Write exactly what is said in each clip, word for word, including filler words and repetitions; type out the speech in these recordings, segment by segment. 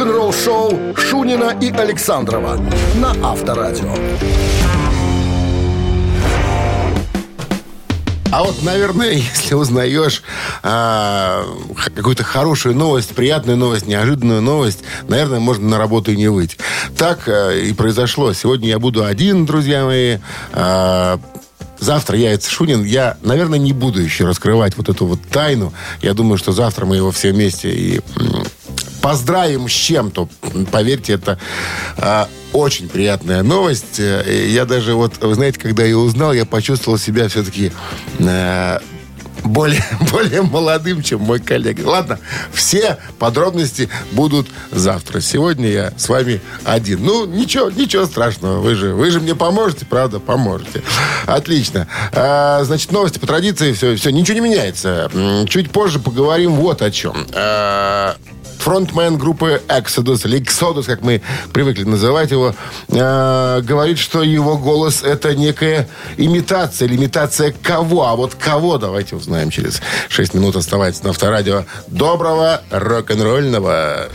Рок-н-ролл-шоу Шунина и Александрова на Авторадио. А вот, наверное, если узнаешь а, какую-то хорошую новость, приятную новость, неожиданную новость, наверное, можно на работу и не выйти. Так а, и произошло. Сегодня я буду один, друзья мои. А, завтра явится Шунин. Я, наверное, не буду еще раскрывать вот эту вот тайну. Я думаю, что завтра мы его все вместе и м- поздравим с чем-то. Поверьте, это... А, очень приятная новость. Я даже вот, вы знаете, когда я узнал, я почувствовал себя все-таки э, более, более молодым, чем мой коллега. Ладно, все подробности будут завтра. Сегодня я с вами один. Ну, ничего, ничего страшного. Вы же, вы же мне поможете, правда? Поможете. Отлично. А, значит, новости по традиции. Все, все, ничего не меняется. Чуть позже поговорим вот о чем. А, фронтмен группы Exodus, или Exodus, как мы привыкли называть его, э, говорит, что его голос — это некая имитация. Или имитация кого? А вот кого? Давайте узнаем через шесть минут. Оставайтесь на Авторадио. Доброго рок-н-ролльного.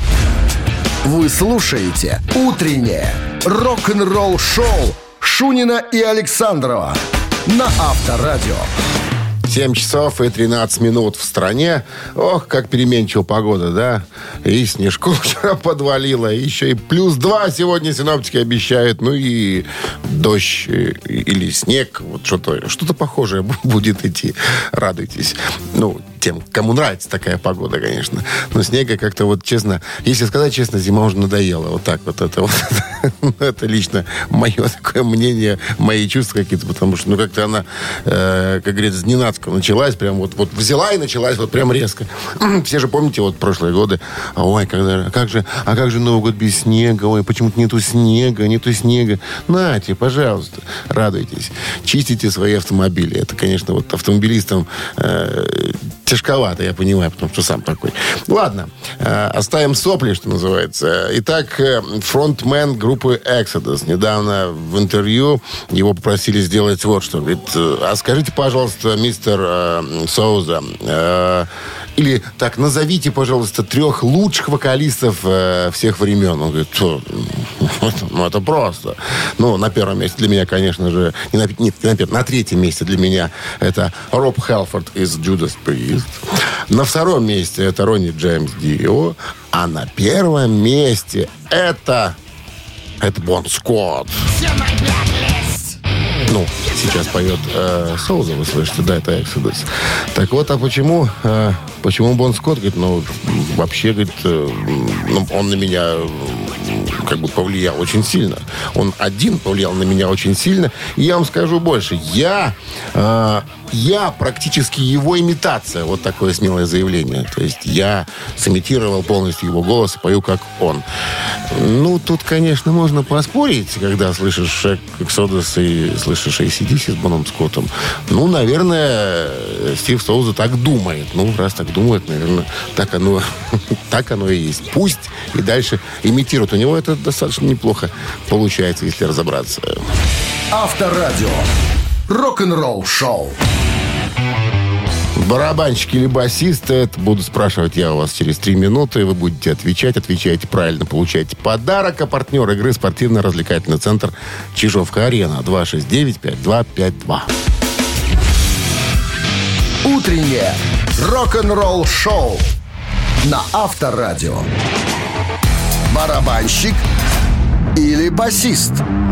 Вы слушаете «Утреннее рок-н-ролл-шоу» Шунина и Александрова на Авторадио. семь часов и тринадцать минут в стране. Ох, как переменчива погода, да? И снежку вчера подвалило. И еще и плюс два сегодня синоптики обещают. Ну и дождь или снег. Вот что-то, что-то похожее будет идти. Радуйтесь. Ну, тем, кому нравится такая погода, конечно. Но снега как-то вот, честно, если сказать честно, зима уже надоела. Вот так вот это вот. Это лично мое такое мнение, мои чувства какие-то, потому что, ну, как-то она, э, как говорится, зненацко началась, прям вот, вот взяла и началась вот прям резко. Все же помните вот прошлые годы, ой, когда, а как же, а как же Новый год без снега, ой, почему-то нету снега, нету снега. Нате, пожалуйста, радуйтесь, чистите свои автомобили. Это, конечно, вот автомобилистам э, тяжковато, я понимаю, потому что сам такой. Ладно, э, оставим сопли, что называется. Итак, э, фронтмен группы Exodus. Недавно в интервью его попросили сделать вот что. Говорит, а скажите, пожалуйста, мистер э, Соуза, э, или так, назовите, пожалуйста, трех лучших вокалистов э, всех времен. Он говорит, что? Ну, это просто. Ну, на первом месте для меня, конечно же, не на, нет, не на первом, на третьем месте для меня это Роб Хелфорд из Judas Priest. На втором месте это Ронни Джеймс Дио. А на первом месте это... Это Бон Скотт. Ну, сейчас поет э, Соуза, вы слышите, да, это Exodus. Так вот, а почему, э, почему Бон Скотт? Говорит, ну, вообще, говорит, э, ну, он на меня э, как бы повлиял очень сильно. Он один повлиял на меня очень сильно. И я вам скажу больше. Я, э, я практически его имитация. Вот такое смелое заявление. То есть я сымитировал полностью его голос и пою, как он. Ну, тут, конечно, можно поспорить, когда слышишь Exodus и слышишь эй си ди си с Боном Скоттом. Ну, наверное, Стив Соуза так думает. Ну, раз так думает, наверное, так оно, так оно и есть. Пусть и дальше имитирует. У него это достаточно неплохо получается, если разобраться. Авторадио. Рок-н-ролл шоу. Барабанщик или басист, это буду спрашивать я у вас через три минуты. Вы будете отвечать, отвечаете правильно, получаете подарок. А партнер игры — спортивно-развлекательный центр Чижовка-Арена. два шесть девять пять два пять два. Утреннее рок-н-ролл шоу на Авторадио. Барабанщик или басист?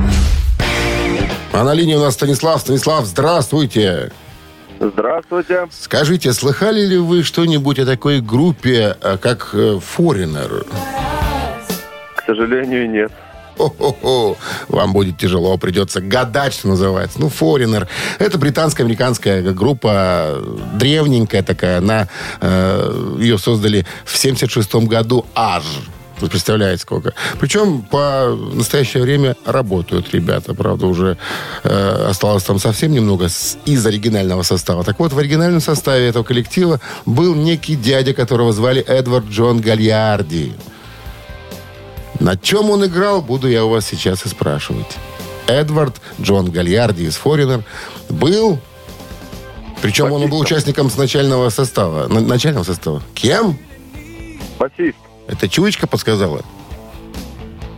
А на линии у нас Станислав. Станислав, здравствуйте. Здравствуйте. Скажите, слыхали ли вы что-нибудь о такой группе, как Foreigner? К сожалению, нет. О-хо-хо. Вам будет тяжело, придется гадать, что называется. Ну, Foreigner. Это британско-американская группа, древненькая такая. Она, э, ее создали в семьдесят шестом году аж. Вы представляете, сколько. Причем по настоящее время работают ребята. Правда, уже э, осталось там совсем немного с, из оригинального состава. Так вот, в оригинальном составе этого коллектива был некий дядя, которого звали Эдвард Джон Гальярди. На чем он играл, буду я у вас сейчас и спрашивать. Эдвард Джон Гальярди из Foreigner был... Причем басист. Он был участником с начального состава. На, начального состава. Кем? Басист. Это Чуечка подсказала?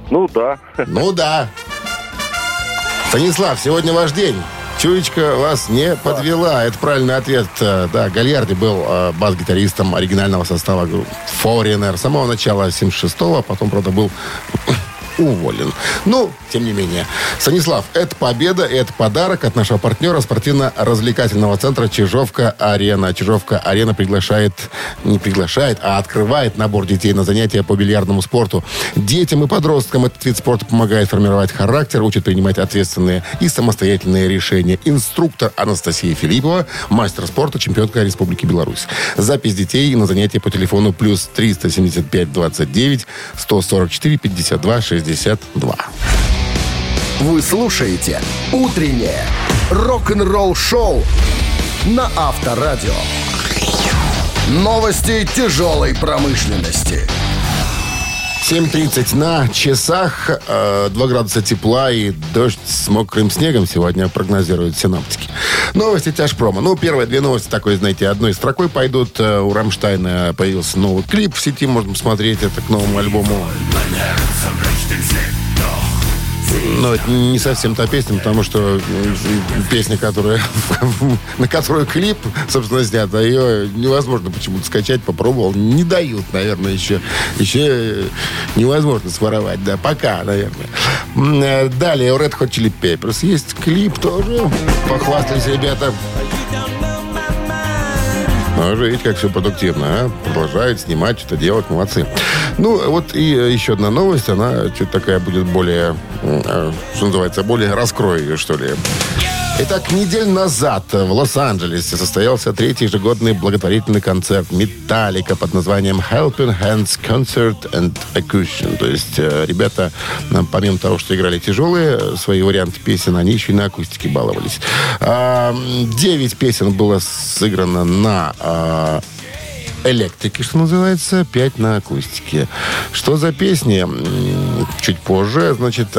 Ну да. Ну да. Станислав, сегодня ваш день. Чуечка вас не подвела. Это правильный ответ. Да, Гальярди был э, бас-гитаристом оригинального состава группы Foreigner с самого начала семьдесят шестого, потом, правда, был уволен. Ну, тем не менее. Станислав, это победа, это подарок от нашего партнера спортивно-развлекательного центра «Чижовка-Арена». «Чижовка-Арена» приглашает, не приглашает, а открывает набор детей на занятия по бильярдному спорту. Детям и подросткам этот вид спорта помогает формировать характер, учит принимать ответственные и самостоятельные решения. Инструктор Анастасия Филиппова, мастер спорта, чемпионка Республики Беларусь. Запись детей на занятия по телефону плюс триста семьдесят пять двадцать девять сто сорок четыре пятьдесят два шестьдесят два. Вы слушаете «Утреннее рок-н-ролл-шоу» на Авторадио. Новости тяжелой промышленности. семь тридцать на часах, э, два градуса тепла и дождь с мокрым снегом сегодня прогнозируют синоптики. Новости тяжпрома. Ну, первые две новости такой, знаете, одной строкой пойдут. У Рамштайна появился новый клип в сети, можно посмотреть это к новому альбому. Но это не совсем та песня, потому что песня, которая, на которую клип, собственно, снят, а ее невозможно почему-то скачать, попробовал. Не дают, наверное, еще. Еще невозможно своровать, да, пока, наверное. Далее у Red Hot Chili Peppers есть клип тоже. Похвастались ребята. Ну, видите, как все продуктивно, а? Продолжает снимать, что-то делать, молодцы. Ну, вот и еще одна новость, она что-то такая будет более, что называется, более раскрою ее, что ли. Итак, неделю назад в Лос-Анджелесе состоялся третий ежегодный благотворительный концерт «Металлика» под названием Helping Hands Concert and Acoustics. То есть ребята, помимо того, что играли тяжелые свои варианты песен, они еще и на акустике баловались. Девять песен было сыграно на электрике, что называется, пять на акустике. Что за песни? Чуть позже, значит...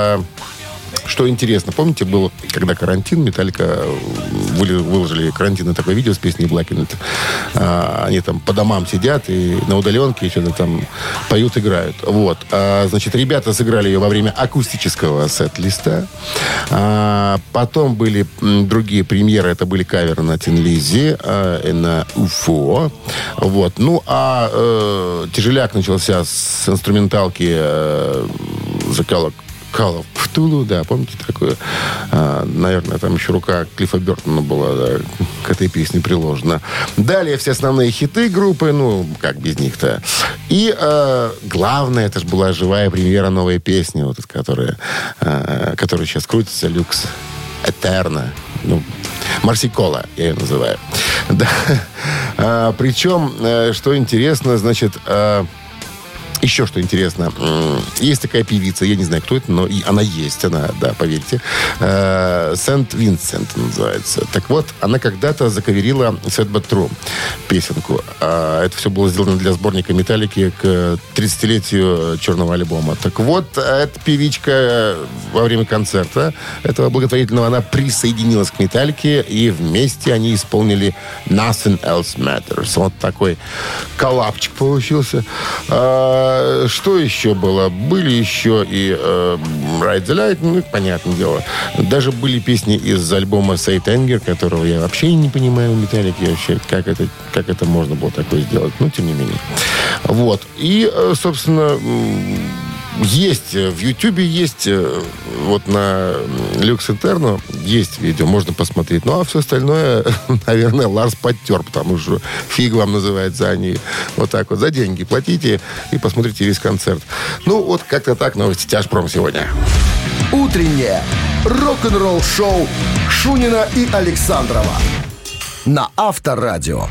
Что интересно, помните, было, когда карантин, Металлика выложили карантинное такое видео с песней Blackened. А, они там по домам сидят и на удаленке что-то там поют, играют. Вот. А, значит, ребята сыграли ее во время акустического сет-листа. А, потом были другие премьеры. Это были каверы на Тин Лиззи а, и на Уфо. Вот. Ну, а э, тяжеляк начался с инструменталки э, The Call of Cthulhu, да, помните такое? А, наверное, там еще рука Клиффа Бёртона была, да, к этой песне приложена. Далее все основные хиты группы, ну, как без них-то. И а, главное, это же была живая премьера новой песни, вот, которая, а, которая сейчас крутится, «Люкс Этерна». Ну, Марсикола, я ее называю. Да. А, причем, что интересно, значит... А, еще что интересно, есть такая певица, я не знаю, кто это, но и она есть, она, да, поверьте, Сент-Винсент называется. Так вот, она когда-то закаверила Sad But True песенку. Это все было сделано для сборника «Металлики» к тридцатилетию черного альбома. Так вот, эта певичка во время концерта этого благотворительного, она присоединилась к «Металлике», и вместе они исполнили «Nothing Else Matters». Вот такой коллапчик получился. Что еще было? Были еще и э, Ride the Light, ну, понятное дело. Даже были песни из альбома Saint Anger, которого я вообще не понимаю в «Металлике», вообще, как это, как это можно было такое сделать. Ну, тем не менее. Вот. И, собственно, есть в Ютьюбе, есть вот на Люкс Интерно есть видео, можно посмотреть. Ну, а все остальное, наверное, Ларс подтер, потому что фиг вам называется они. Вот так вот, за деньги платите и посмотрите весь концерт. Ну, вот как-то так, новости тяжпром сегодня. Утреннее рок-н-ролл-шоу Шунина и Александрова на Авторадио.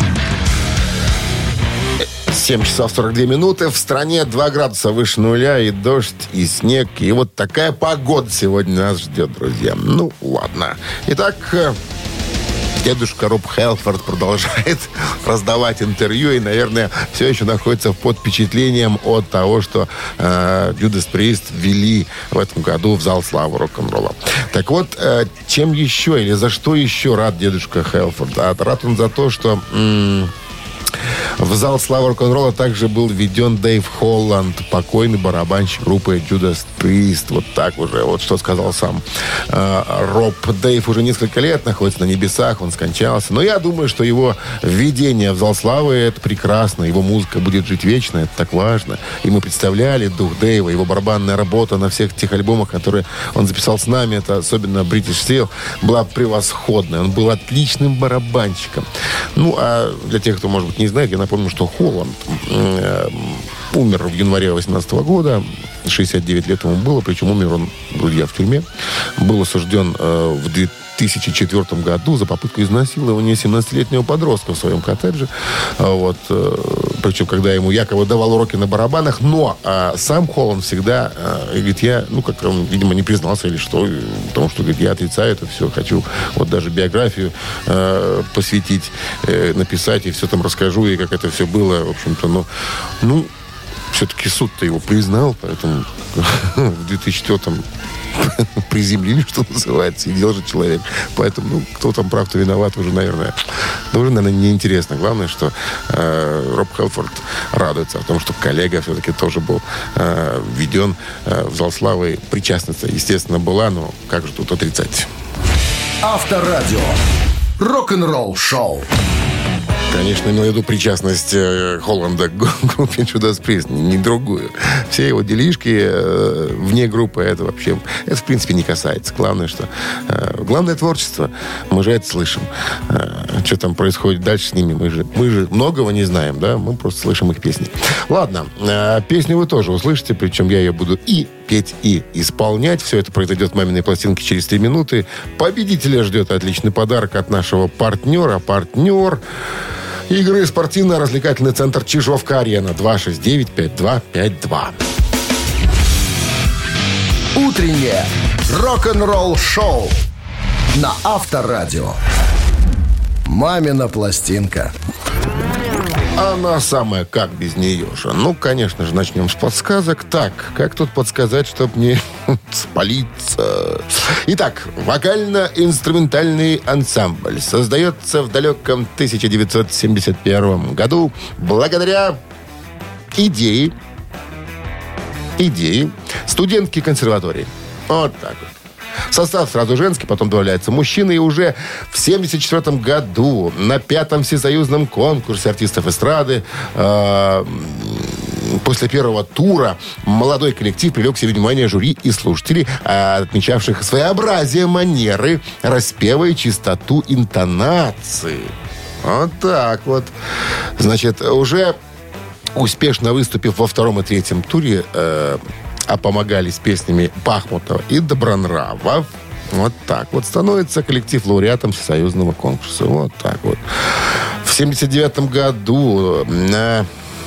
семь часов сорок две минуты. В стране два градуса выше нуля, и дождь, и снег. И вот такая погода сегодня нас ждет, друзья. Ну, ладно. Итак, дедушка Роб Хелфорд продолжает раздавать интервью и, наверное, все еще находится под впечатлением от того, что э, Judas Priest ввели в этом году в зал славы рок-н-ролла. Так вот, э, чем еще или за что еще рад дедушка Хелфорд? А рад он за то, что... М- В зал славы рок-н-ролла также был введен Дэйв Холланд, покойный барабанщик группы Judas Priest. Вот так уже, вот что сказал сам э, Роб. Дэйв уже несколько лет находится на небесах, он скончался. Но я думаю, что его введение в зал славы — это прекрасно. Его музыка будет жить вечно, это так важно. И мы представляли дух Дэйва, его барабанная работа на всех тех альбомах, которые он записал с нами, это особенно British Steel, была превосходная. Он был отличным барабанщиком. Ну, а для тех, кто, может быть, не знает, я напомню, что Холланд э, умер в январе восемнадцатого года. шестьдесят девять лет ему было, причем умер он, друзья, в тюрьме. Был осужден э, в две тысячи четвёртом году за попытку изнасилования семнадцатилетнего подростка в своем коттедже. Вот. Причем, когда ему якобы давал уроки на барабанах. Но а сам Холланд всегда а, говорит, я, ну, как он, видимо, не признался или что, потому что, говорит, я отрицаю это все, хочу вот даже биографию а, посвятить, а, написать, и все там расскажу, и как это все было, в общем-то, ну, ну все-таки суд-то его признал, поэтому в две тысячи четвёртом приземлили, что называется, сидел же человек. Поэтому, ну, кто там прав, кто виноват, уже, наверное, ну, уже, наверное, неинтересно. Главное, что э, Роб Хелфорд радуется о том, что коллега все-таки тоже был э, введен э, в зал славы. Причастность, естественно, была, но как же тут отрицать? Авторадио. Рок-н-ролл шоу. Конечно, имел в виду причастность э, Холланда к группе Judas Priest, не, не другую. Все его делишки э, вне группы, это вообще, это в принципе не касается. Главное, что э, главное творчество. Мы же это слышим. Э, что там происходит дальше с ними, мы же, мы же многого не знаем, да? Мы просто слышим их песни. Ладно, э, песню вы тоже услышите, причем я ее буду и петь, и исполнять. Все это произойдет в маминой пластинке через три минуты. Победителя ждет отличный подарок от нашего партнера. Партнер игры спортивно-развлекательный центр Чижовка-Арена. два шесть девять пять два пять два. Утреннее рок-н-ролл шоу на Авторадио. Мамина пластинка. Она самая, как без нее же? Ну, конечно же, начнем с подсказок. Так, как тут подсказать, чтобы не спалиться? Итак, вокально-инструментальный ансамбль создается в далеком тысяча девятьсот семьдесят первом году благодаря идее, идее студентки консерватории. Вот так вот. Состав сразу женский, потом добавляется мужчина. И уже в семьдесят четвёртом году на пятом всесоюзном конкурсе артистов эстрады э, после первого тура молодой коллектив привлек к себе внимание жюри и слушателей, отмечавших своеобразие манеры, распева и чистоту интонации. Вот так вот. Значит, уже успешно выступив во втором и третьем туре, э, а помогали с песнями Бахмутова и Добронравов. Вот так вот становится коллектив лауреатом всесоюзного конкурса. Вот так вот. В семьдесят девятом году на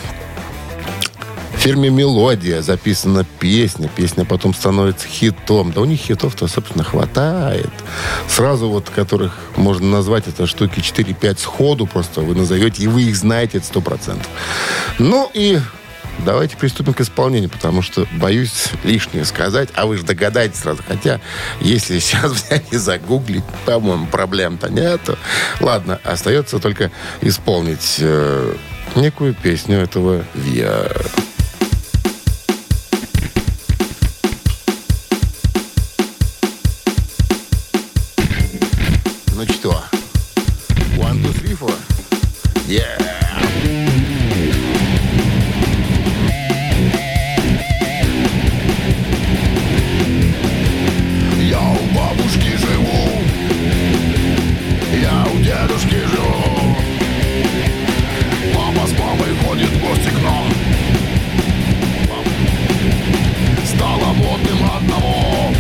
фирме «Мелодия» записана песня. Песня потом становится хитом. Да у них хитов-то, собственно, хватает. Сразу вот, которых можно назвать, это штуки четыре-пять сходу просто вы назовете, и вы их знаете, это сто процентов. Ну и давайте приступим к исполнению, потому что боюсь лишнее сказать, а вы же догадаетесь сразу. Хотя, если сейчас взять и загуглить, по-моему, проблем-то нету. Ладно, остается только исполнить э, некую песню этого Виа. Ну что? One, two, three, four? Yeah! Дедушки живу. Папа с мамой ходит в гости к нам. Стало модным одного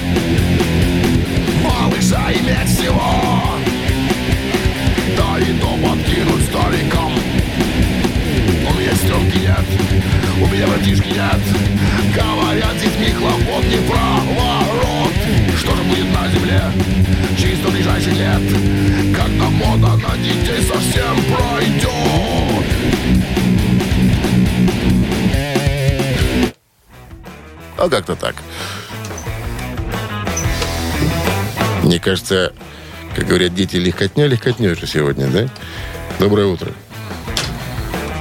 малыша иметь всего. Да и то подкинуть старикам. У меня сестренки нет, у меня братишки нет. Говорят, с детьми хлопот не проворот. Что же будет на земле через сто ближайших лет, когда мода на детей совсем пройдет? А как-то так. Мне кажется, как говорят дети, легкотня, легкотня же сегодня, да? Доброе утро.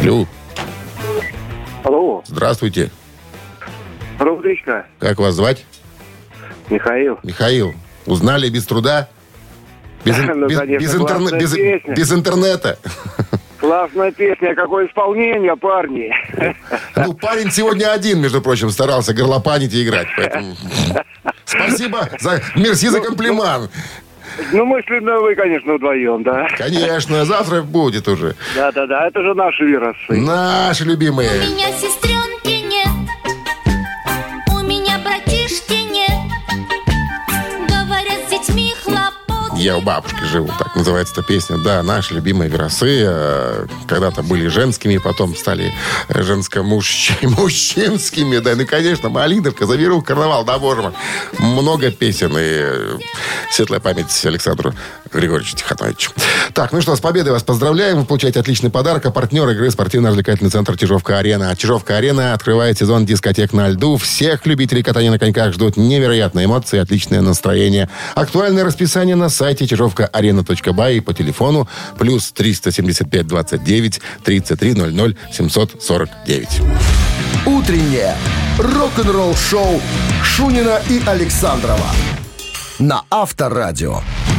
Алло. Алло, Здравствуйте. Рубричка. Как вас звать? Михаил. Михаил. Узнали без труда? Без, ин- Ну, без- конечно, без интерне- классная без- песня. без интернета. Классная песня. Какое исполнение, парни. Ну, парень сегодня один, между прочим, старался горлопанить и играть. Поэтому спасибо за... Мерси за комплимент. Ну, мысленно вы, конечно, вдвоем, да? Конечно, завтра будет уже. Да-да-да, это же наши виросы. Наши любимые. У меня сестренки нет, у меня братишки нет. Говорят, с детьми хлопот. Я у бабушки живу, так называется эта песня. Да, наши любимые веросы э, когда-то были женскими, потом стали женско-мужчинскими. Да, ну, конечно, Малиновка, Завирух, Карнавал, да, боже мой. Много песен. И э, светлая память Александру Григорьевичу Тихоновичу. Так, ну что, с победой вас поздравляем. Вы получаете отличный подарок. А партнер игры спортивно-развлекательный центр «Чижовка-арена». «Чижовка-арена» открывает сезон дискотек на льду. Всех любителей катания на коньках ждут невероятные эмоции и отличное настроение. Актуальное расписание на сайте чижовка арена точка бай и по телефону плюс триста семьдесят пять двадцать девять тридцать три ноль ноль семьсот сорок девять. Утреннее рок-н-ролл-шоу Шунина и Александрова на Авторадио.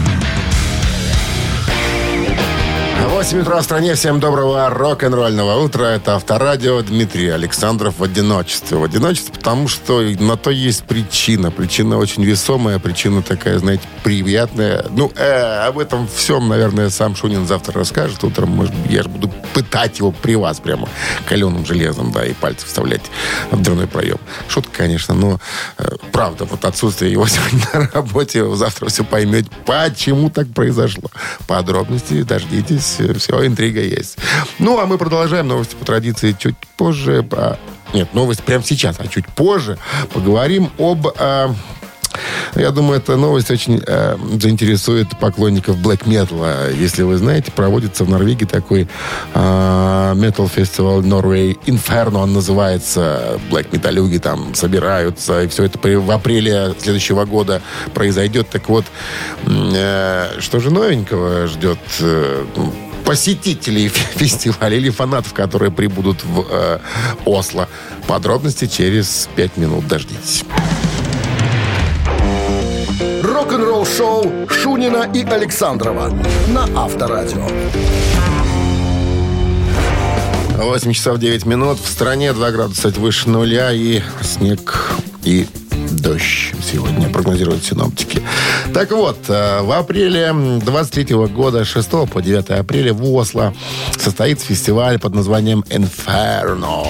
восемь утра в стране. Всем доброго рок-н-ролльного утра. Это Авторадио. Дмитрий Александров в одиночестве. В одиночестве, потому что на то есть причина. Причина очень весомая, причина такая, знаете, приятная. Ну, э, об этом всем, наверное, сам Шунин завтра расскажет. Утром, может, я же буду пытать его при вас прямо каленым железом, да, и пальцы вставлять в дверной проем. Шутка, конечно, но э, правда, вот отсутствие его сегодня на работе, вы завтра все поймете, почему так произошло. Подробности дождитесь. Все, интрига есть. Ну, а мы продолжаем новости по традиции чуть позже. А, нет, новость прямо сейчас, а чуть позже поговорим об... А, я думаю, эта новость очень э, заинтересует поклонников Black Metal. Если вы знаете, проводится в Норвегии такой э, Metal Festival Norway Inferno, он называется. Black Metal-люги там собираются, и все это при, в апреле следующего года произойдет. Так вот, э, что же новенького ждет э, посетителей фестиваля или фанатов, которые прибудут в э, Осло? Подробности через пять минут. Дождитесь. Рок-н-ролл-шоу Шунина и Александрова на Авторадио. восемь часов девять минут. В стране два градуса выше нуля и снег и дождь сегодня прогнозируют синоптики. Так вот, в апреле двадцать третьего года, с шестого по девятое апреля в Осло состоится фестиваль под названием Inferno,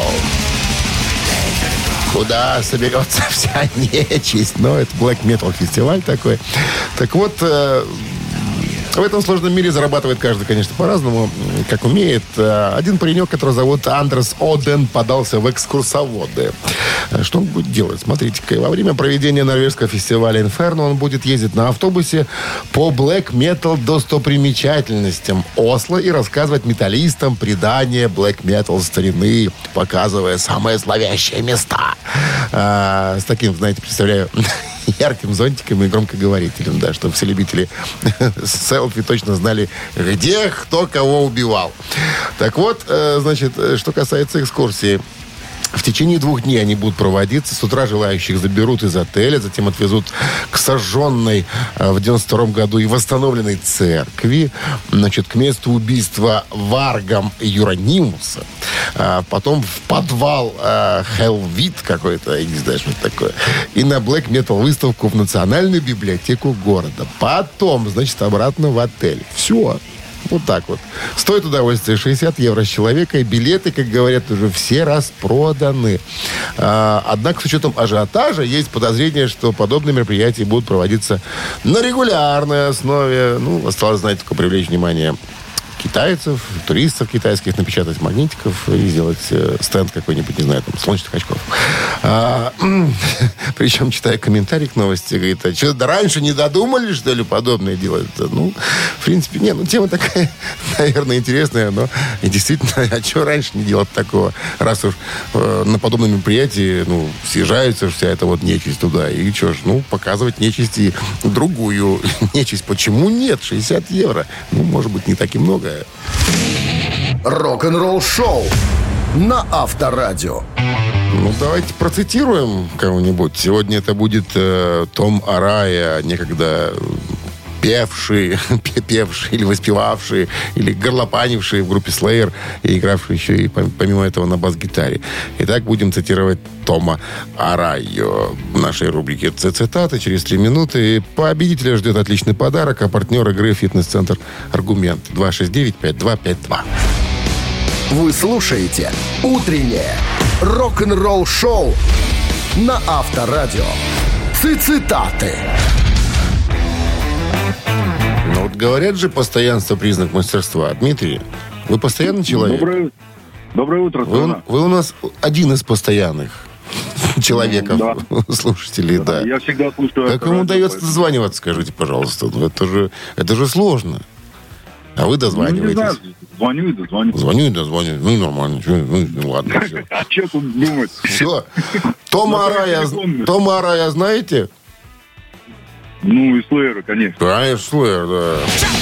куда соберется вся нечисть. Но это Black Metal фестиваль такой. Так вот, э, в этом сложном мире зарабатывает каждый, конечно, по-разному, как умеет. Один паренек, которого зовут Андрес Оден, подался в экскурсоводы. Что он будет делать? Смотрите-ка, во время проведения норвежского фестиваля Inferno он будет ездить на автобусе по Black Metal достопримечательностям Осло и рассказывать металлистам предания Black Metal старины, показывая самые зловещие места. А, с таким, знаете, представляю, ярким зонтиком и громкоговорителем, да, чтобы все любители селфи точно знали, где кто кого убивал. Так вот, значит, что касается экскурсии. В течение двух дней они будут проводиться. С утра желающих заберут из отеля, затем отвезут к сожженной в девяносто втором году и восстановленной церкви, значит, к месту убийства Варгом Юронимуса. А потом в подвал а, Хелвит какой-то, я не знаю, что это такое. И на Black Metal выставку в Национальную библиотеку города. Потом, значит, обратно в отель. Все. Вот так вот. Стоит удовольствие шестьдесят евро с человека. И билеты, как говорят, уже все распроданы. А, однако, с учетом ажиотажа, есть подозрение, что подобные мероприятия будут проводиться на регулярной основе. Ну, осталось, знаете, только привлечь внимание китайцев, туристов китайских, напечатать магнитиков и сделать э, стенд какой-нибудь, не знаю, там, солнечных очков. А, причем, читая комментарий к новости, говорит, а что, да раньше не додумались, что ли, подобное делать? Ну, в принципе, не, ну, тема такая, наверное, интересная, но и действительно, а что раньше не делать такого? Раз уж э, на подобном мероприятии, ну, съезжается вся эта вот нечисть туда, и что ж, ну, показывать нечисть и другую нечисть. Почему нет? шестьдесят евро. Ну, может быть, не так и много. Рок-н-ролл-шоу на Авторадио. Ну, давайте процитируем кого-нибудь. Сегодня это будет э, Том Арая, некогда певший, певший или воспевавший, или горлопанивший в группе Slayer, и игравший еще и помимо этого на бас-гитаре. Итак, будем цитировать Тома Арайо в нашей рубрике «Цитаты». Через три минуты победителя ждет отличный подарок, а партнер игры «Фитнес-центр Аргумент». два шесть девять пять два пять два. Вы слушаете «Утреннее рок-н-ролл-шоу» на Авторадио. Цитаты. Ну вот говорят же, постоянство признак мастерства. Дмитрий, вы постоянный человек? Доброе, доброе утро, вы, вы у нас один из постоянных человеков, да. слушателей, да. Я всегда слушаю. Как вам удается дозваниваться, скажите, пожалуйста? Ну, это же, это же сложно. А вы дозваниваетесь? Ну, не знаю, звоню и дозвоню. Звоню и дозвоню. Ну, нормально. Ну, ну ладно, все. А что тут думать? Все. Тома Арая, Тома Арая знаете? Ну, и Slayer, конечно. Конечно, Slayer, да.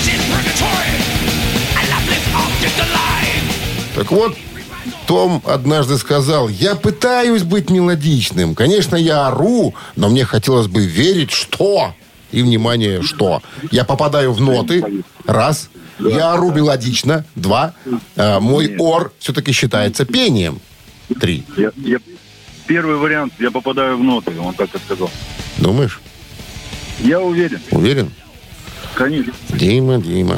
Так вот, Том однажды сказал: я пытаюсь быть мелодичным. Конечно, я ору, но мне хотелось бы верить, что... И, внимание, что? Я попадаю в ноты. Раз. Я ору мелодично. Два. А, мой ор все-таки считается пением. Три. Я, я, первый вариант, я попадаю в ноты, он так и сказал. Думаешь? Я уверен. Уверен? Конечно. Дима, Дима.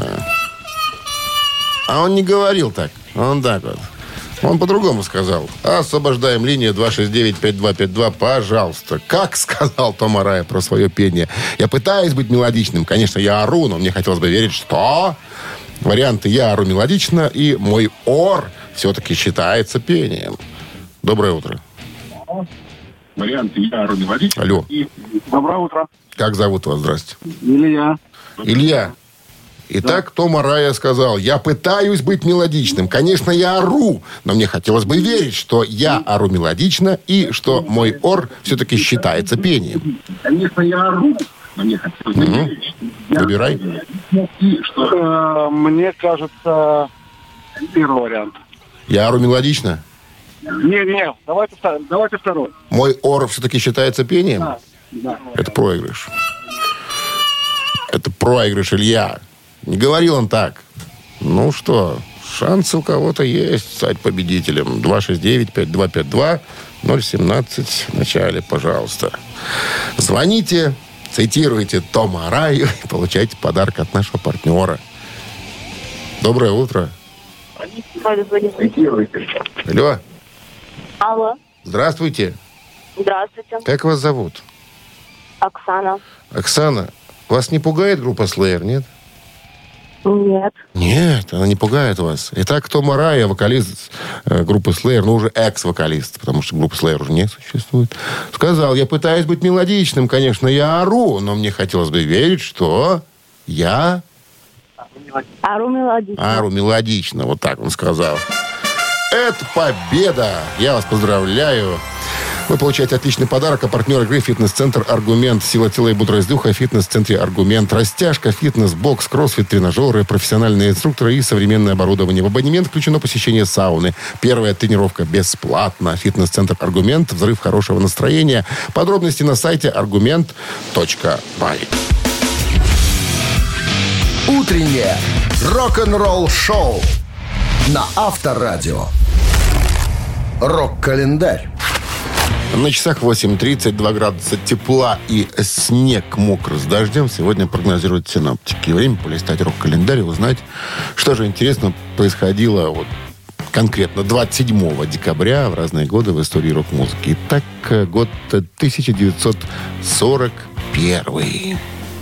А он не говорил так. Он так вот. Он по-другому сказал. Освобождаем линию два шесть девять пять два пять два, пожалуйста. Как сказал Том Арая про свое пение? Я пытаюсь быть мелодичным. Конечно, я ору, но мне хотелось бы верить, что... Варианты: я ору мелодично, и мой ор все-таки считается пением. Доброе утро. Варианты: я ору мелодично. Алло. И... Доброе утро. Как зовут вас? Здрасте. Илья. Илья. Итак, Том Арая сказал: я пытаюсь быть мелодичным. Конечно, я ору, но мне хотелось бы верить, что я ору мелодично и что мой ор все-таки считается пением. Конечно, я ору, но мне хотелось бы верить, что я... Выбирай. Что... Мне кажется, первый вариант. Я ору мелодично? Не, не, давайте, давайте второй. Мой ор все-таки считается пением? Да, да. Это проигрыш. Это проигрыш, Илья. Не говорил он так. Ну что, шансы у кого-то есть стать победителем. два шесть девять пять два пять два ноль семнадцать в начале, пожалуйста. Звоните, цитируйте Тома Араю и получайте подарок от нашего партнера. Доброе утро. Алло. Алло. Здравствуйте. Здравствуйте. Как вас зовут? Оксана. Оксана, вас не пугает группа Slayer, нет? Нет. Нет, она не пугает вас. Итак, Том Арая, вокалист э, группы Slayer, ну, уже экс-вокалист, потому что группа Slayer уже не существует, сказал: я пытаюсь быть мелодичным, конечно, я ору, но мне хотелось бы верить, что я... Ору мелодично. Ору мелодично, вот так он сказал. Это победа! Я вас поздравляю. Вы получаете отличный подарок, а партнер игры «Фитнес-центр Аргумент». Сила тела и бодрость духа в «Фитнес-центре Аргумент». Растяжка, фитнес, бокс, кроссфит, тренажеры, профессиональные инструкторы и современное оборудование. В абонемент включено посещение сауны. Первая тренировка бесплатна. «Фитнес-центр Аргумент». Взрыв хорошего настроения. Подробности на сайте аргумент точка бай. Утреннее рок-н-ролл-шоу на Авторадио. Рок-календарь. На часах восемь тридцать, два градуса тепла и снег мокрый с дождем. Сегодня прогнозируют синоптики. Время полистать рок-календарь и узнать, что же интересно происходило вот конкретно двадцать седьмого декабря в разные годы в истории рок-музыки. Итак, год тысяча девятьсот сорок первый.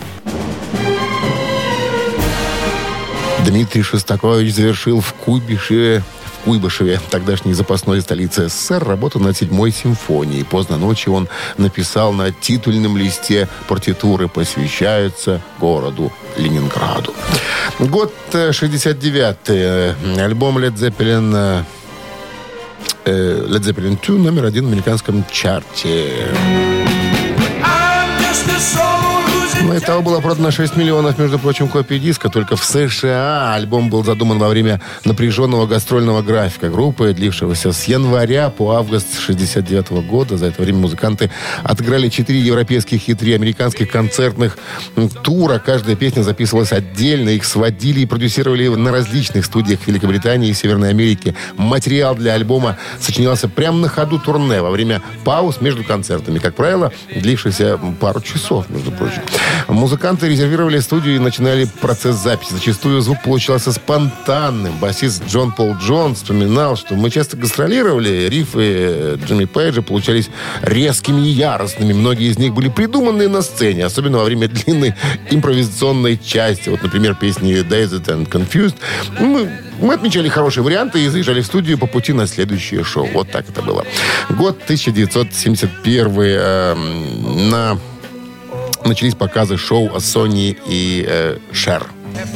Дмитрий Шостакович завершил в Куйбышеве, в Куйбышеве, тогдашней запасной столице СССР, работу над седьмой симфонией. Поздно ночью он написал на титульном листе партитуры «Посвящается городу Ленинграду». Год шестьдесят девятый. Альбом Led Zeppelin, Led Zeppelin два, номер один в американском чарте. Кроме того, было продано шесть миллионов, между прочим, копий диска. Только в США альбом был задуман во время напряженного гастрольного графика группы, длившегося с января по август шестьдесят девятого года. За это время музыканты отыграли четыре европейских и три американских концертных тура. Каждая песня записывалась отдельно. Их сводили и продюсировали на различных студиях Великобритании и Северной Америки. Материал для альбома сочинялся прямо на ходу турне во время пауз между концертами. Как правило, длившихся пару часов, между прочим. Музыканты резервировали студию и начинали процесс записи. Зачастую звук получался спонтанным. Басист Джон Пол Джонс вспоминал, что мы часто гастролировали, рифы Джимми Пейджа получались резкими и яростными. Многие из них были придуманы на сцене, особенно во время длинной импровизационной части. Вот, например, песни Dazed and Confused. Мы, мы отмечали хорошие варианты и заезжали в студию по пути на следующее шоу. Вот так это было. Год тысяча девятьсот семьдесят первый. Э, на... Начались показы шоу Сони и э, Шер.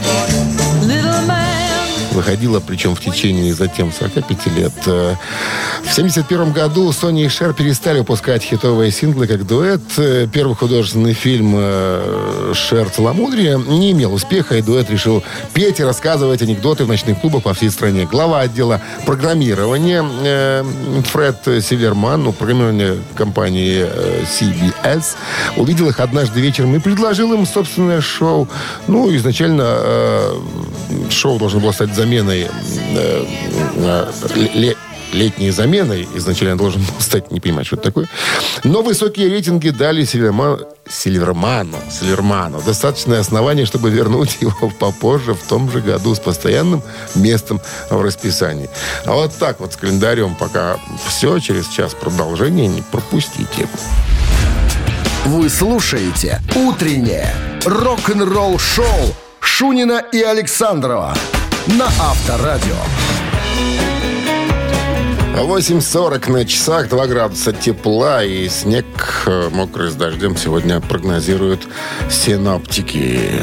Выходила, причем в течение затем сорока пяти лет. В семьдесят первом году Сони и Шер перестали выпускать хитовые синглы как дуэт. Первый художественный фильм «Шер целомудрие» не имел успеха, и дуэт решил петь и рассказывать анекдоты в ночных клубах по всей стране. Глава отдела программирования Фред Сильверман, ну, программирование компании си би эс, увидел их однажды вечером и предложил им собственное шоу. Ну, изначально шоу должно было стать заменой, э, э, летней заменой. Изначально должен был стать, не понимать, что это такое. Но высокие рейтинги дали Сильверману, Сильверману, Сильверману достаточное основание, чтобы вернуть его попозже, в том же году, с постоянным местом в расписании. А вот так вот с календарем пока все. Через час продолжение не пропустите. Вы слушаете «Утреннее рок-н-ролл-шоу» Шунина и Александрова на Авторадио. восемь сорок на часах, два градуса тепла и снег мокрый с дождем сегодня прогнозируют синоптики.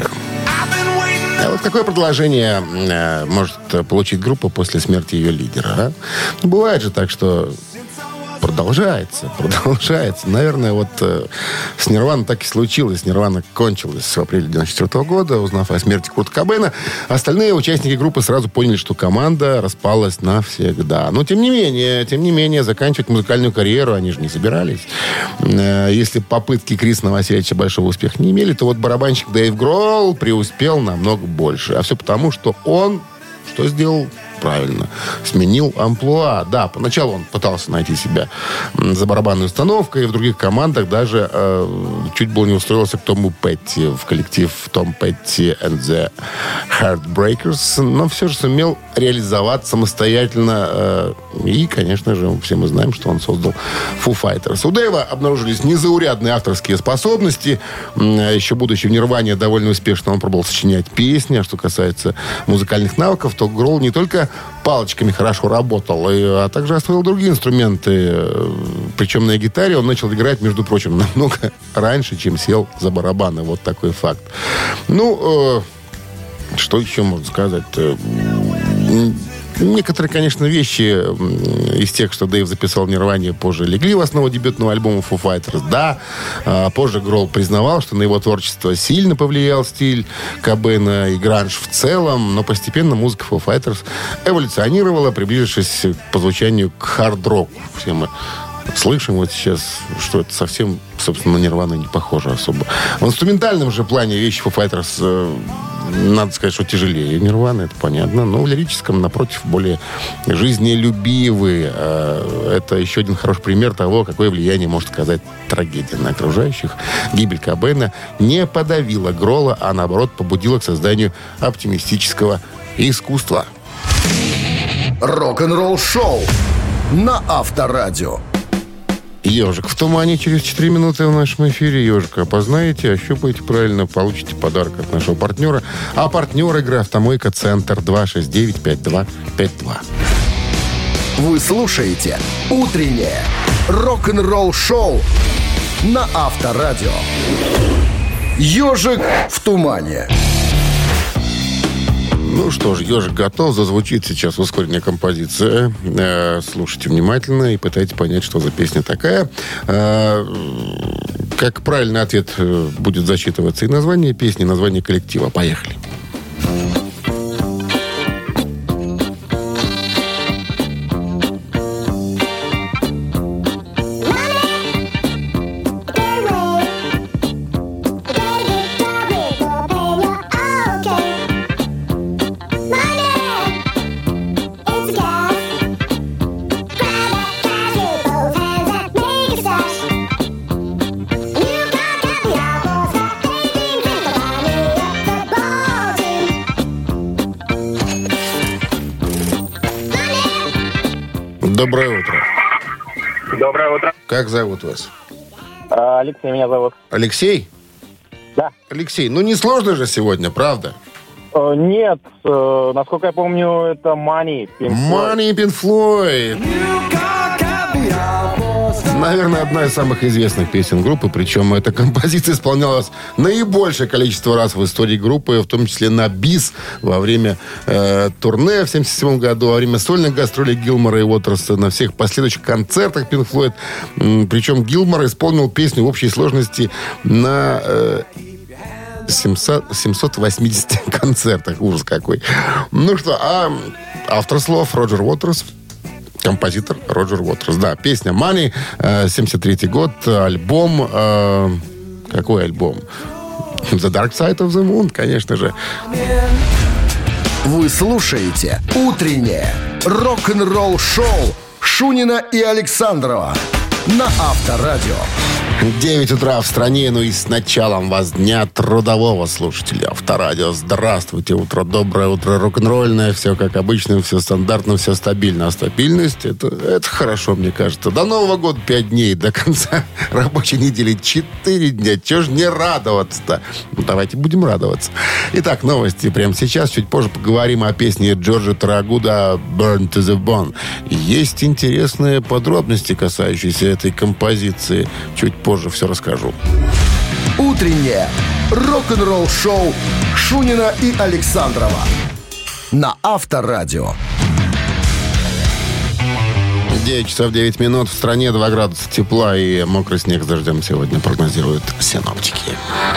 А вот какое предложение э, может получить группа после смерти ее лидера? А? Бывает же так, что продолжается, продолжается. Наверное, вот э, с Нирваной так и случилось. Нирвана кончилась в апреле девяносто четвёртого года, узнав о смерти Курта Кобейна. Остальные участники группы сразу поняли, что команда распалась навсегда. Но, тем не менее, тем не менее, заканчивать музыкальную карьеру они же не собирались. Э, если попытки Криса Новоселича большого успеха не имели, то вот барабанщик Дэйв Гроул преуспел намного больше. А все потому, что он что сделал? Правильно. Сменил амплуа. Да, поначалу он пытался найти себя за барабанной установкой. И в других командах даже э, чуть было не устроился к Тому Петти в коллектив Том Петти and the Heartbreakers. Но все же сумел реализовать самостоятельно. Э, и, конечно же, все мы знаем, что он создал Foo Fighters. У Дэйва обнаружились незаурядные авторские способности. Еще будучи в Нирване довольно успешно он пробовал сочинять песни. А что касается музыкальных навыков, то Гроул не только палочками хорошо работал, а также освоил другие инструменты. Причем на гитаре он начал играть, между прочим, намного раньше, чем сел за барабаны. Вот такой факт. Ну, э, что еще можно сказать? Некоторые, конечно, вещи из тех, что Дэйв записал в Нирване, позже легли в основу дебютного альбома Foo Fighters. Да, позже Гроул признавал, что на его творчество сильно повлиял стиль Кобейна и гранж в целом, но постепенно музыка Foo Fighters эволюционировала, приблизившись по звучанию к хард-року. Все мы слышим вот сейчас, что это совсем, собственно, на Нирвану не похоже особо. В инструментальном же плане вещи Foo Fighters, э, надо сказать, что тяжелее Нирваны, это понятно. Но в лирическом, напротив, более жизнелюбивые. Э, это еще один хороший пример того, какое влияние может оказать трагедия на окружающих. Гибель Кобейна не подавила Гроула, а наоборот побудила к созданию оптимистического искусства. Рок-н-ролл-шоу на Авторадио. «Ежик в тумане» через четыре минуты в нашем эфире. Ежика опознаете, ощупаете правильно, получите подарок от нашего партнера. А партнер игры «Автомойка Центр» два шесть девять пять два пять два. Вы слушаете «Утреннее рок-н-ролл-шоу» на Авторадио. «Ежик в тумане». Ну что ж, «Ежик» готов. Зазвучит сейчас ускоренная композиция. Э, слушайте внимательно и пытайтесь понять, что за песня такая. Э, как правильный ответ э, будет зачитываться и название песни, и название коллектива. Поехали. Доброе утро. Доброе утро. Как зовут вас? А, Алексей меня зовут. Алексей? Да. Алексей, ну не сложно же сегодня, правда? Э, нет, э, насколько я помню, это Money. Money, Pink Floyd. Наверное, одна из самых известных песен группы, причем эта композиция исполнялась наибольшее количество раз в истории группы, в том числе на бис во время э, турне в семьдесят седьмом году, во время сольных гастролей Гилмора и Уотерса, на всех последующих концертах Pink Floyd. М, причем Гилмор исполнил песню в общей сложности на э, семьсот восемьдесят концертах. Ужас какой. Ну что, а автор слов Роджер Уотерс. Композитор Роджер Уотерс. Да, песня «Money», э, семьдесят третий год, альбом... Э, какой альбом? «The Dark Side of the Moon», конечно же. Вы слушаете «Утреннее рок-н-ролл-шоу» Шунина и Александрова на Авторадио. девять утра в стране, ну и с началом вас дня трудового слушателя Авторадио. Здравствуйте, утро доброе, утро рок-н-ролльное, все как обычно, все стандартно, все стабильно. А стабильность, это, это хорошо, мне кажется. До Нового года пять дней, до конца рабочей недели четыре дня. Чего ж не радоваться-то? Ну, давайте будем радоваться. Итак, новости прямо сейчас. Чуть позже поговорим о песне Джорджа Тарагуда «Burn to the Bone». Есть интересные подробности, касающиеся этой композиции. Чуть позже все расскажу. Утреннее рок-н-ролл-шоу Шунина и Александрова на Авторадио. девять часов девять минут. В стране два градуса тепла и мокрый снег с дождем сегодня прогнозируют синоптики.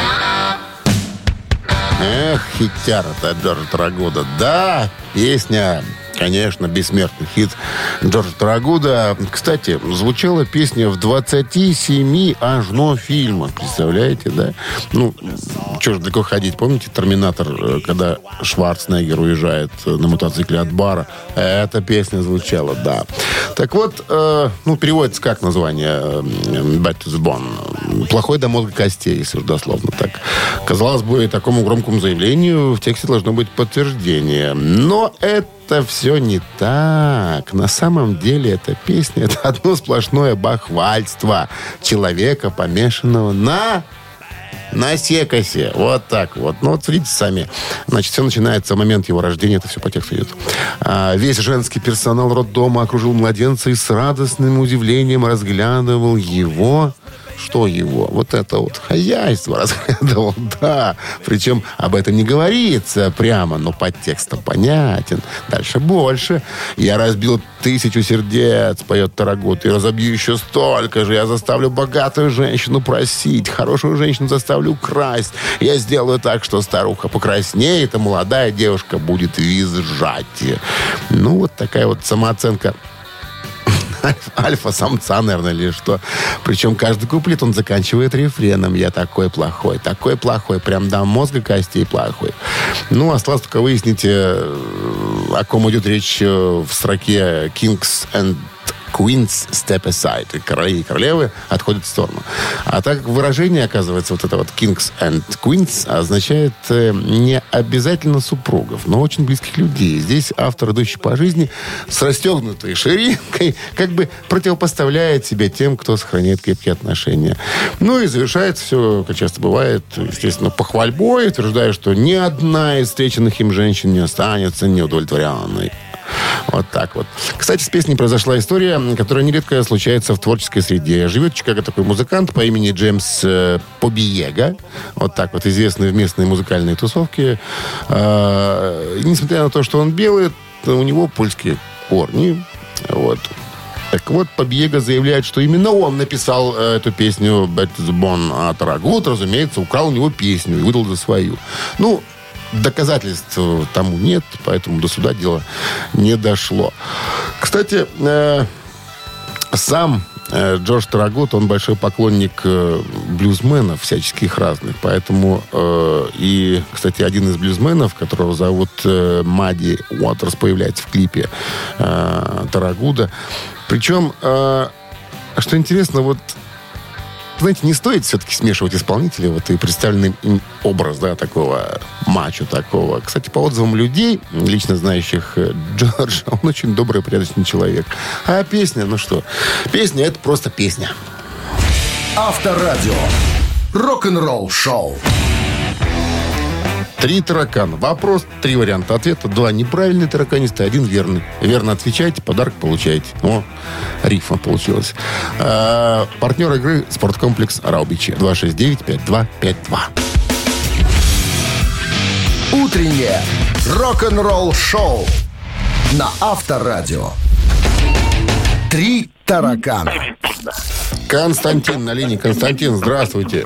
Эх, хитяра-то Джорджа Тарагуда. Да, песня... Конечно, бессмертный хит Джорджа Тарагуда. Кстати, звучала песня в двадцати семи аж но фильмах. Представляете, да? Ну, что ж далеко ходить. Помните «Терминатор», когда Шварценеггер уезжает на мотоцикле от бара? Эта песня звучала, да. Так вот, э, ну, переводится как название «Bad to the Bone». Плохой до мозга костей, если уж дословно так. Казалось бы, такому громкому заявлению в тексте должно быть подтверждение. Но это Это все не так. На самом деле эта песня — это одно сплошное бахвальство человека, помешанного на... на секосе. Вот так вот. Ну, вот смотрите сами. Значит, все начинается в момент его рождения. Это все по тексту идет. А, весь женский персонал роддома окружил младенца и с радостным удивлением разглядывал его... Что его? Вот это вот хозяйство разглядывал, да. Причем об этом не говорится прямо, но подтекстом понятен. Дальше больше. Я разбил тысячу сердец, поет Тарагуд, и разобью еще столько же. Я заставлю богатую женщину просить, хорошую женщину заставлю красть. Я сделаю так, что старуха покраснеет, а молодая девушка будет визжать. Ну, вот такая вот самооценка альфа-самца, наверное, или что. Причем каждый куплет он заканчивает рефреном. Я такой плохой, такой плохой. Прям до мозга костей плохой. Ну, осталось только выясните, о ком идет речь в строке «Kings and Queens step aside». И короли и королевы отходят в сторону. А так выражение, оказывается, вот это вот «Kings and Queens» означает э, не обязательно супругов, но очень близких людей. Здесь автор, идущий по жизни с расстегнутой ширинкой, как бы противопоставляет себя тем, кто сохраняет крепкие отношения. Ну и завершается все, как часто бывает, естественно, похвальбой, утверждая, что ни одна из встреченных им женщин не останется неудовлетворенной. Вот так вот. Кстати, с песней произошла история, которая нередко случается в творческой среде. Живет в Чикаго такой музыкант по имени Джеймс э, Побиега. Вот так вот, известный в местной музыкальной тусовке. Э, несмотря на то, что он белый, у него польские корни. Вот. Так вот, Побега заявляет, что именно он написал э, эту песню «Bad to the Bone», а Тарагут, разумеется, украл у него песню и выдал за свою. Ну, доказательств тому нет, поэтому до суда дело не дошло. Кстати, э, сам э, Джордж Тарагут, он большой поклонник э, блюзменов всяческих разных. Поэтому э, и, кстати, один из блюзменов, которого зовут э, Мадди Уотерс, появляется в клипе э, Тарагуда. Причем, э, что интересно, вот знаете, не стоит все-таки смешивать исполнителей, вот и представленный им образ, да, такого мачо, такого. Кстати, по отзывам людей, лично знающих Джорджа, он очень добрый, порядочный человек. А песня, ну что? Песня — это просто песня. Авторадио. Рок-н-ролл шоу. Три таракана. Вопрос, три варианта ответа. Два неправильные тараканисты, один верный. Верно отвечаете, подарок получаете. О, рифма получилась. А, партнер игры — спорткомплекс «Раубичи». два шесть девять пять два пять два. Утреннее рок-н-ролл шоу на Авторадио. Три таракана. Константин на линии. Константин, здравствуйте.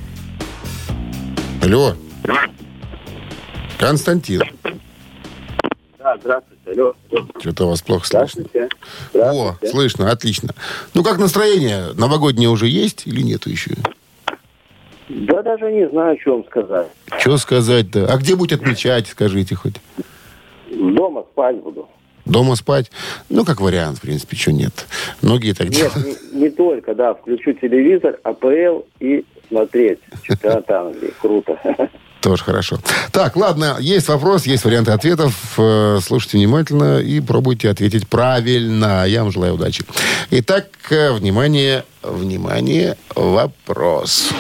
Алло. Константин. Да, здравствуйте. Алло. Что-то у вас плохо слышно. Здравствуйте. О, слышно, отлично. Ну, как настроение? Новогоднее уже есть или нету еще? Да даже не знаю, что вам сказать. Что сказать-то? А где будете отмечать, скажите хоть? Дома спать буду. Дома спать? Ну, как вариант, в принципе, что нет. Многие так Нет, делают. не, не только, да. Включу телевизор, АПЛ и смотреть. Чемпионат Англии. Круто. Тоже хорошо. Так, ладно, есть вопрос, есть варианты ответов. Э, Слушайте внимательно и пробуйте ответить правильно. Я вам желаю удачи. Итак, э, внимание, внимание, вопрос.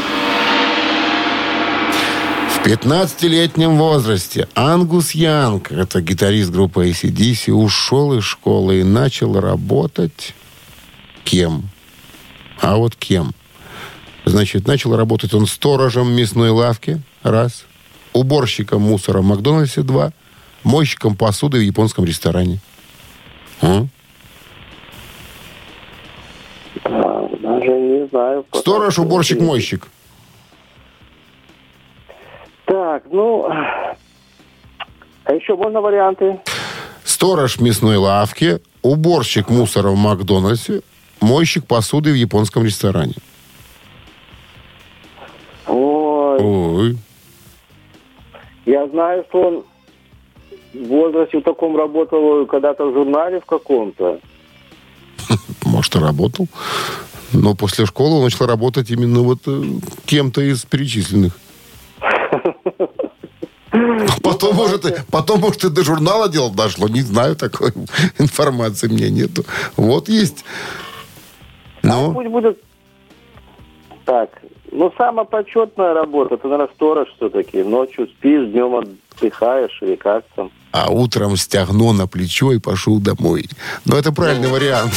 В пятнадцатилетнем возрасте Ангус Янг, это гитарист группы эй си ди си, ушел из школы и начал работать кем? А вот кем? Значит, начал работать он сторожем в мясной лавке, раз. Уборщиком мусора в Макдональдсе, два. Мойщиком посуды в японском ресторане. А? А, даже не знаю. Сторож, уборщик, мойщик. Так, ну... А еще можно варианты? Сторож в мясной лавке, уборщик мусора в Макдональдсе, мойщик посуды в японском ресторане. Ой, Ой. я знаю, что он в возрасте в таком работал когда-то в журнале в каком-то. Может, и работал. Но после школы он начал работать именно вот э, кем-то из перечисленных. Потом, может, и, потом, может, и до журнала дело дошло. Не знаю, такой информации у меня нету. Вот есть. Ну, пусть будет так. Ну, самая почетная работа, это, наверное, сторож все-таки. Ночью спишь, днем отдыхаешь или как там. А утром стягну на плечо и пошел домой. Но это правильный вариант.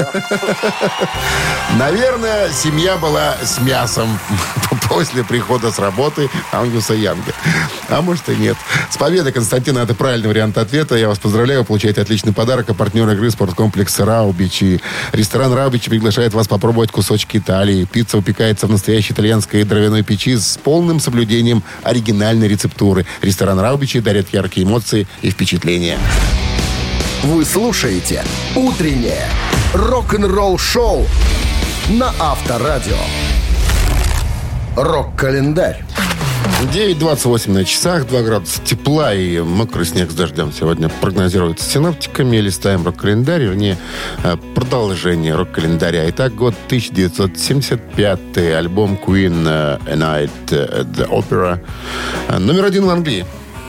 Наверное, семья была с мясом после прихода с работы Ангуса Янга. А может и нет. С победой, Константина, это правильный вариант ответа. Я вас поздравляю, вы получаете отличный подарок. А партнер игры — спорткомплекс «Раубичи». Ресторан «Раубичи» приглашает вас попробовать кусочки Италии. Пицца упекается в настоящей итальянской дровяной печи с полным соблюдением оригинальной рецептуры. Ресторан «Раубичи» дарит яркие эмоции и впечатления. Вы слушаете «Утреннее рок-н-ролл-шоу» на Авторадио. Рок-календарь. девять двадцать восемь на часах, два градуса тепла и мокрый снег с дождем сегодня прогнозируется синоптиками. Листаем рок-календарь, вернее, продолжение рок-календаря. Итак, год тысяча девятьсот семьдесят пятый, альбом Queen A Night at the Opera. Номер один в Англии.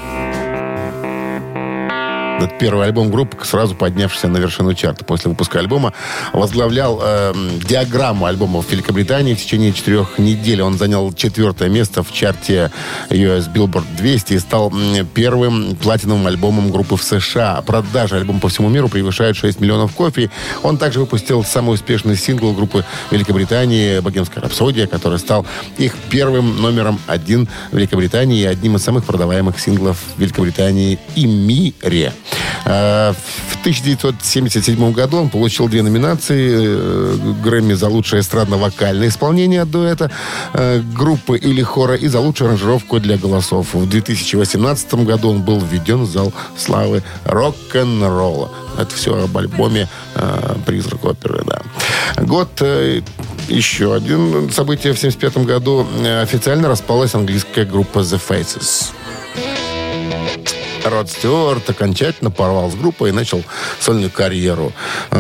Это первый альбом группы, сразу поднявшийся на вершину чарта. После выпуска альбома возглавлял э, диаграмму альбомов в Великобритании. В течение четырех недель он занял четвертое место в чарте ю эс Billboard двести и стал первым платиновым альбомом группы в США. Продажи альбома по всему миру превышают шесть миллионов копий. Он также выпустил самый успешный сингл группы Великобритании «Богемская рапсодия», который стал их первым номером один в Великобритании и одним из самых продаваемых синглов в Великобритании и мире. В тысяча девятьсот семьдесят седьмом году он получил две номинации Грэмми за лучшее эстрадно-вокальное исполнение дуэта группы или хора и за лучшую аранжировку для голосов. В две тысячи восемнадцатом году он был введен в зал славы рок-н-ролла. Это все об альбоме «Призрак оперы», да. Год... Еще один событие. В семьдесят пятом году официально распалась английская группа The Faces. Род Стюарт окончательно порвал с группой и начал сольную карьеру.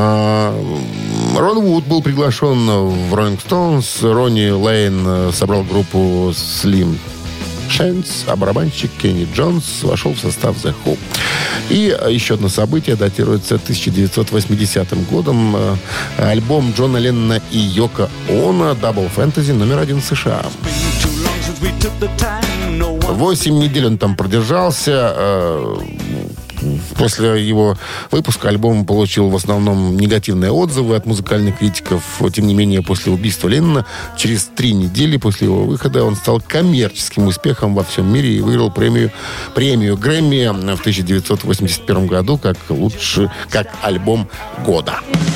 Рон Вуд был приглашен в Rolling Stones. Ронни Лейн собрал группу Slim Chance, а барабанщик Кенни Джонс вошел в состав The Who. И еще одно событие датируется тысяча девятьсот восьмидесятым годом. Альбом Джона Леннона и Йоко Оно «Double Fantasy» номер один в США. Восемь недель он там продержался. После его выпуска альбом получил в основном негативные отзывы от музыкальных критиков. Тем не менее, после убийства Леннона, через три недели после его выхода, он стал коммерческим успехом во всем мире и выиграл премию, премию Грэмми в тысяча девятьсот восемьдесят первом году как лучший, как альбом года.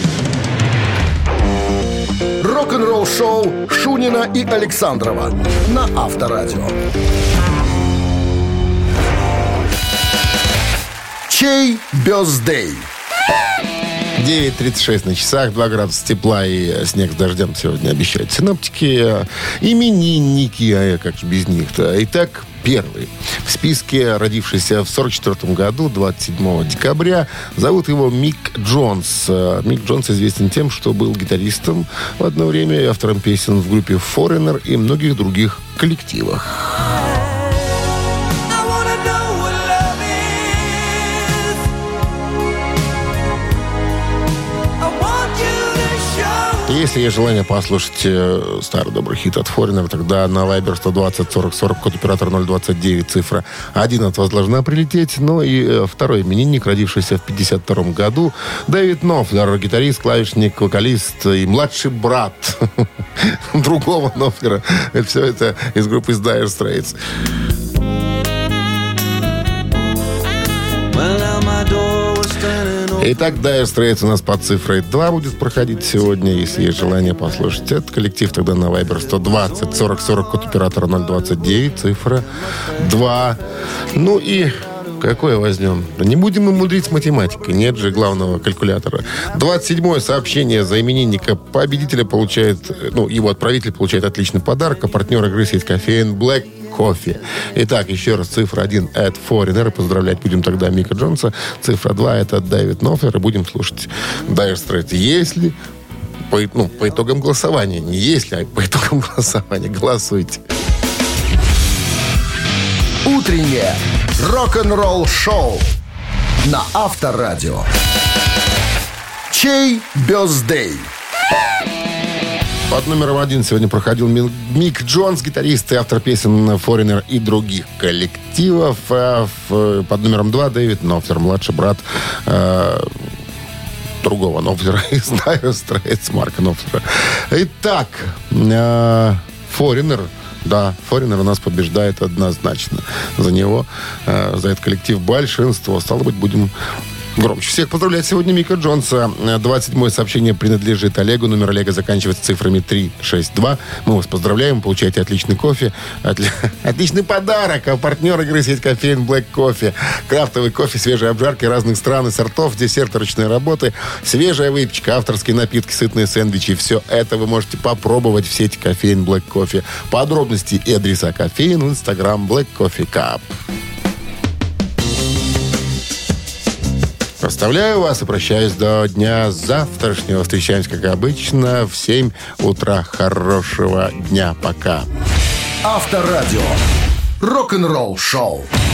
Рок-н-ролл-шоу Шунина и Александрова на Авторадио. Чей бёздей? девять тридцать шесть на часах, два градуса тепла и снег с дождем сегодня обещают синоптики. Именинники, а как же без них-то. Итак, первый в списке, родившийся в сорок четвёртом году, двадцать седьмого декабря. Зовут его Мик Джонс. Мик Джонс известен тем, что был гитаристом в одно время и автором песен в группе Foreigner и многих других коллективах. Если есть желание послушать э, старый добрый хит от Foreigner, тогда на Viber сто двадцать сорок сорок, код оператора ноль двадцать девять, цифра один от вас должна прилететь. Ну и э, второй именинник, родившийся в пятьдесят втором году, Дэвид Нофлер, гитарист, клавишник, вокалист и младший брат другого Нофлера. Все это из группы Dire Straits. Итак, Dire Straits у нас под цифрой два будет проходить сегодня. Если есть желание послушать этот коллектив, тогда на Viber сто двадцать сорок сорок, код оператора ноль двадцать девять, цифра два. Ну и какое возьмем? Да не будем мы мудрить с математикой. Нет же главного калькулятора. двадцать седьмое сообщение за именинника победителя получает, ну, его отправитель получает отличный подарок, а партнер игры сеть кофеин Black Coffee. Итак, еще раз, цифра один — это Foreigner. Поздравлять будем тогда Мика Джонса. Цифра два — это Дэвид Нофлер. И будем слушать Dire Straits. Если по, ну, по итогам голосования, не если, а по итогам голосования, голосуйте. Утреннее рок-н-ролл-шоу на Авторадио. Чей бёздей? Под номером один сегодня проходил Мик Джонс, гитарист и автор песен Foreigner и других коллективов. А в, под номером два Дэвид Нофлер, младший брат э, другого Нофлера из Dire Straits, Марка Нофлера. Итак, э, Foreigner, да, Foreigner у нас побеждает однозначно. За него, э, за этот коллектив большинство. Стало быть, будем громче всех поздравлять сегодня Мика Джонса. двадцать седьмое сообщение принадлежит Олегу. Номер Олега заканчивается цифрами три шесть два. Мы вас поздравляем. Получаете отличный кофе. Отли... Отличный подарок. А партнер игры сеть кофеин Black Coffee. Крафтовый кофе, свежие обжарки разных стран и сортов, десерты ручной работы, свежая выпечка, авторские напитки, сытные сэндвичи. Все это вы можете попробовать в сети кофеин Black Coffee. Подробности и адреса кофеин в Instagram Black Coffee Cup. Оставляю вас и прощаюсь до дня завтрашнего. Встречаемся, как обычно, в семь утра. Хорошего дня. Пока. Авторадио. Рок-н-ролл шоу.